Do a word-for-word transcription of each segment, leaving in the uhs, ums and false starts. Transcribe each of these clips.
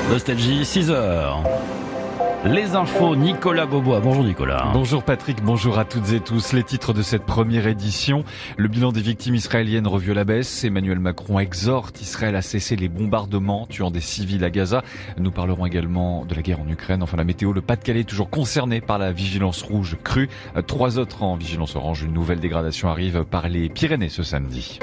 Nostalgie, six heures. Les infos, Nicolas Beaubois. Bonjour Nicolas. Bonjour Patrick, bonjour à toutes et tous. Les titres de cette première édition. Le bilan des victimes israéliennes revu à la baisse. Emmanuel Macron exhorte Israël à cesser les bombardements tuant des civils à Gaza. Nous parlerons également de la guerre en Ukraine. Enfin la météo, le Pas-de-Calais toujours concerné par la vigilance rouge crue. Trois autres en vigilance orange. Une nouvelle dégradation arrive par les Pyrénées ce samedi.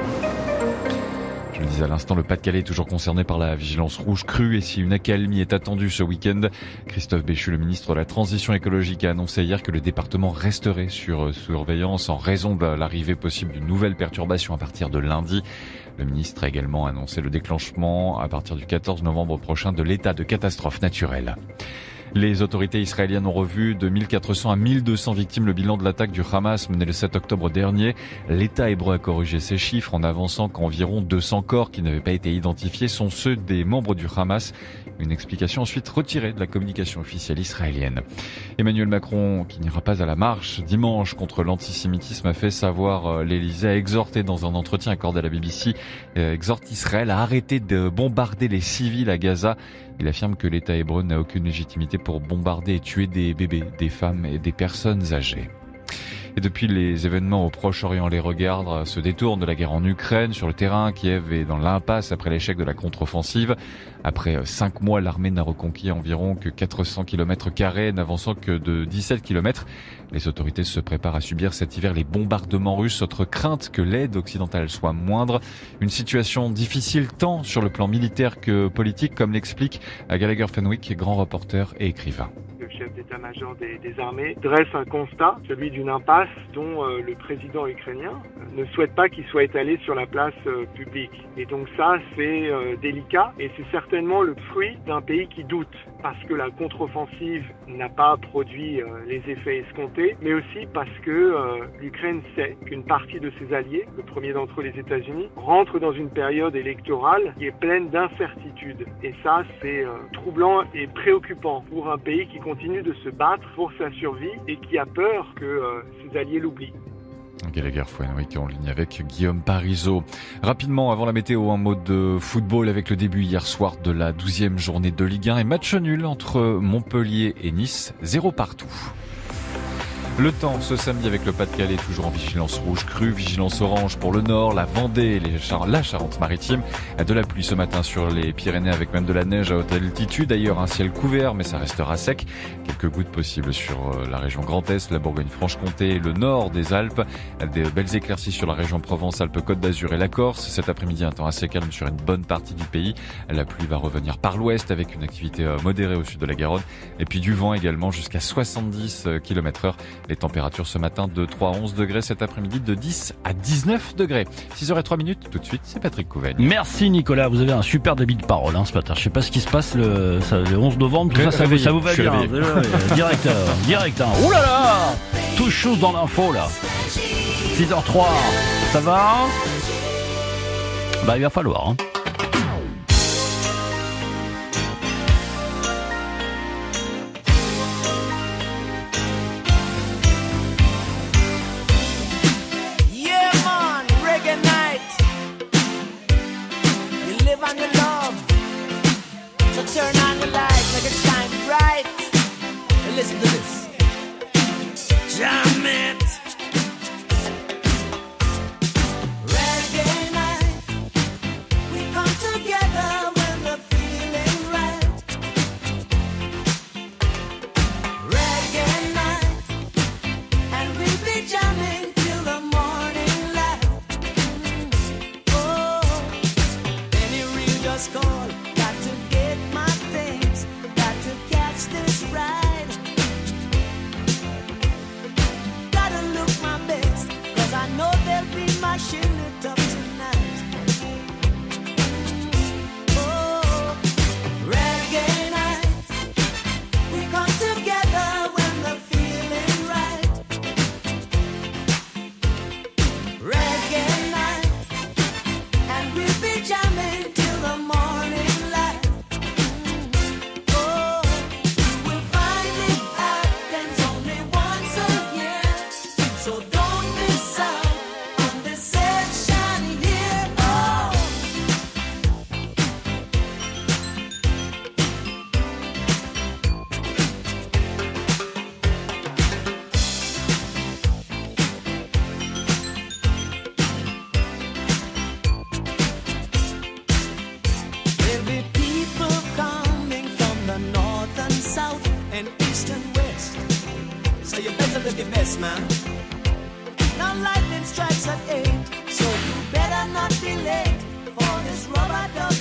Je le disais à l'instant, le Pas-de-Calais est toujours concerné par la vigilance rouge crue et si une accalmie est attendue ce week-end, Christophe Béchu, le ministre de la Transition écologique, a annoncé hier que le département resterait sur surveillance en raison de l'arrivée possible d'une nouvelle perturbation à partir de lundi. Le ministre a également annoncé le déclenchement à partir du quatorze novembre prochain de l'état de catastrophe naturelle. Les autorités israéliennes ont revu de mille quatre cents à mille deux cents victimes le bilan de l'attaque du Hamas menée le sept octobre dernier. L'État hébreu a corrigé ces chiffres en avançant qu'environ deux cents corps qui n'avaient pas été identifiés sont ceux des membres du Hamas. Une explication ensuite retirée de la communication officielle israélienne. Emmanuel Macron, qui n'ira pas à la marche dimanche contre l'antisémitisme, a fait savoir l'Élysée, a exhorté dans un entretien accordé à la B B C, euh, exhorte Israël à arrêter de bombarder les civils à Gaza. Il affirme que l'État hébreu n'a aucune légitimité pour bombarder et tuer des bébés, des femmes et des personnes âgées. Et depuis les événements au Proche-Orient, les regards se détournent de la guerre en Ukraine. Sur le terrain, Kiev est dans l'impasse après l'échec de la contre-offensive. Après cinq mois, l'armée n'a reconquis environ que quatre cents kilomètres carrés, n'avançant que de dix-sept kilomètres. Les autorités se préparent à subir cet hiver les bombardements russes. Autre crainte que l'aide occidentale soit moindre. Une situation difficile tant sur le plan militaire que politique, comme l'explique Gallagher Fenwick, grand reporter et écrivain. Le chef d'état-major des, des armées dresse un constat, celui d'une impasse dont euh, le président ukrainien ne souhaite pas qu'il soit étalé sur la place euh, publique. Et donc ça, c'est euh, délicat et c'est certainement le fruit d'un pays qui doute parce que la contre-offensive n'a pas produit euh, les effets escomptés, mais aussi parce que euh, l'Ukraine sait qu'une partie de ses alliés, le premier d'entre eux les États-Unis, rentre dans une période électorale qui est pleine d'incertitudes. Et ça, c'est euh, troublant et préoccupant pour un pays qui continue de se battre pour sa survie et qui a peur que euh, ses alliés l'oublient. Gallagher Fenwick en ligne avec Guillaume Parisot. Rapidement, avant la météo, un mot de football avec le début hier soir de la douzième journée de Ligue un et match nul entre Montpellier et Nice, zéro partout. Le temps ce samedi avec le Pas-de-Calais toujours en vigilance rouge crue, vigilance orange pour le nord, la Vendée et les Char- la Charente-Maritime. De la pluie ce matin sur les Pyrénées avec même de la neige à haute altitude. D'ailleurs un ciel couvert mais ça restera sec. Quelques gouttes possibles sur la région Grand Est, la Bourgogne-Franche-Comté, le nord des Alpes. Des belles éclaircies sur la région Provence-Alpes-Côte d'Azur et la Corse. Cet après-midi un temps assez calme sur une bonne partie du pays. La pluie va revenir par l'ouest avec une activité modérée au sud de la Garonne. Et puis du vent également jusqu'à soixante-dix kilomètres heure. Les températures ce matin de trois à onze degrés, cet après-midi de dix à dix-neuf degrés. six heures trois minutes, tout de suite, c'est Patrick Couvaigne. Merci Nicolas, vous avez un super débit de parole hein, ce matin. Je sais pas ce qui se passe le, ça, le onze novembre, tout ça, ça, vous, ça vous va bien. Hein, direct, euh, direct. Hein. Ouh là là, tout chose dans l'info là. six heures trois, ça va? Bah il va falloir. Hein. Turn on the lights, make it shine bright. And listen to this. Jam it. Reggae night. We come together when we're feeling right. Reggae night. And we'll be jamming till the morning light. Mm. Oh, any real just call. Got to get my things, got to catch this ride. so you better live your best, man. Now lightning strikes at eight, so you better not be late for this rubber duck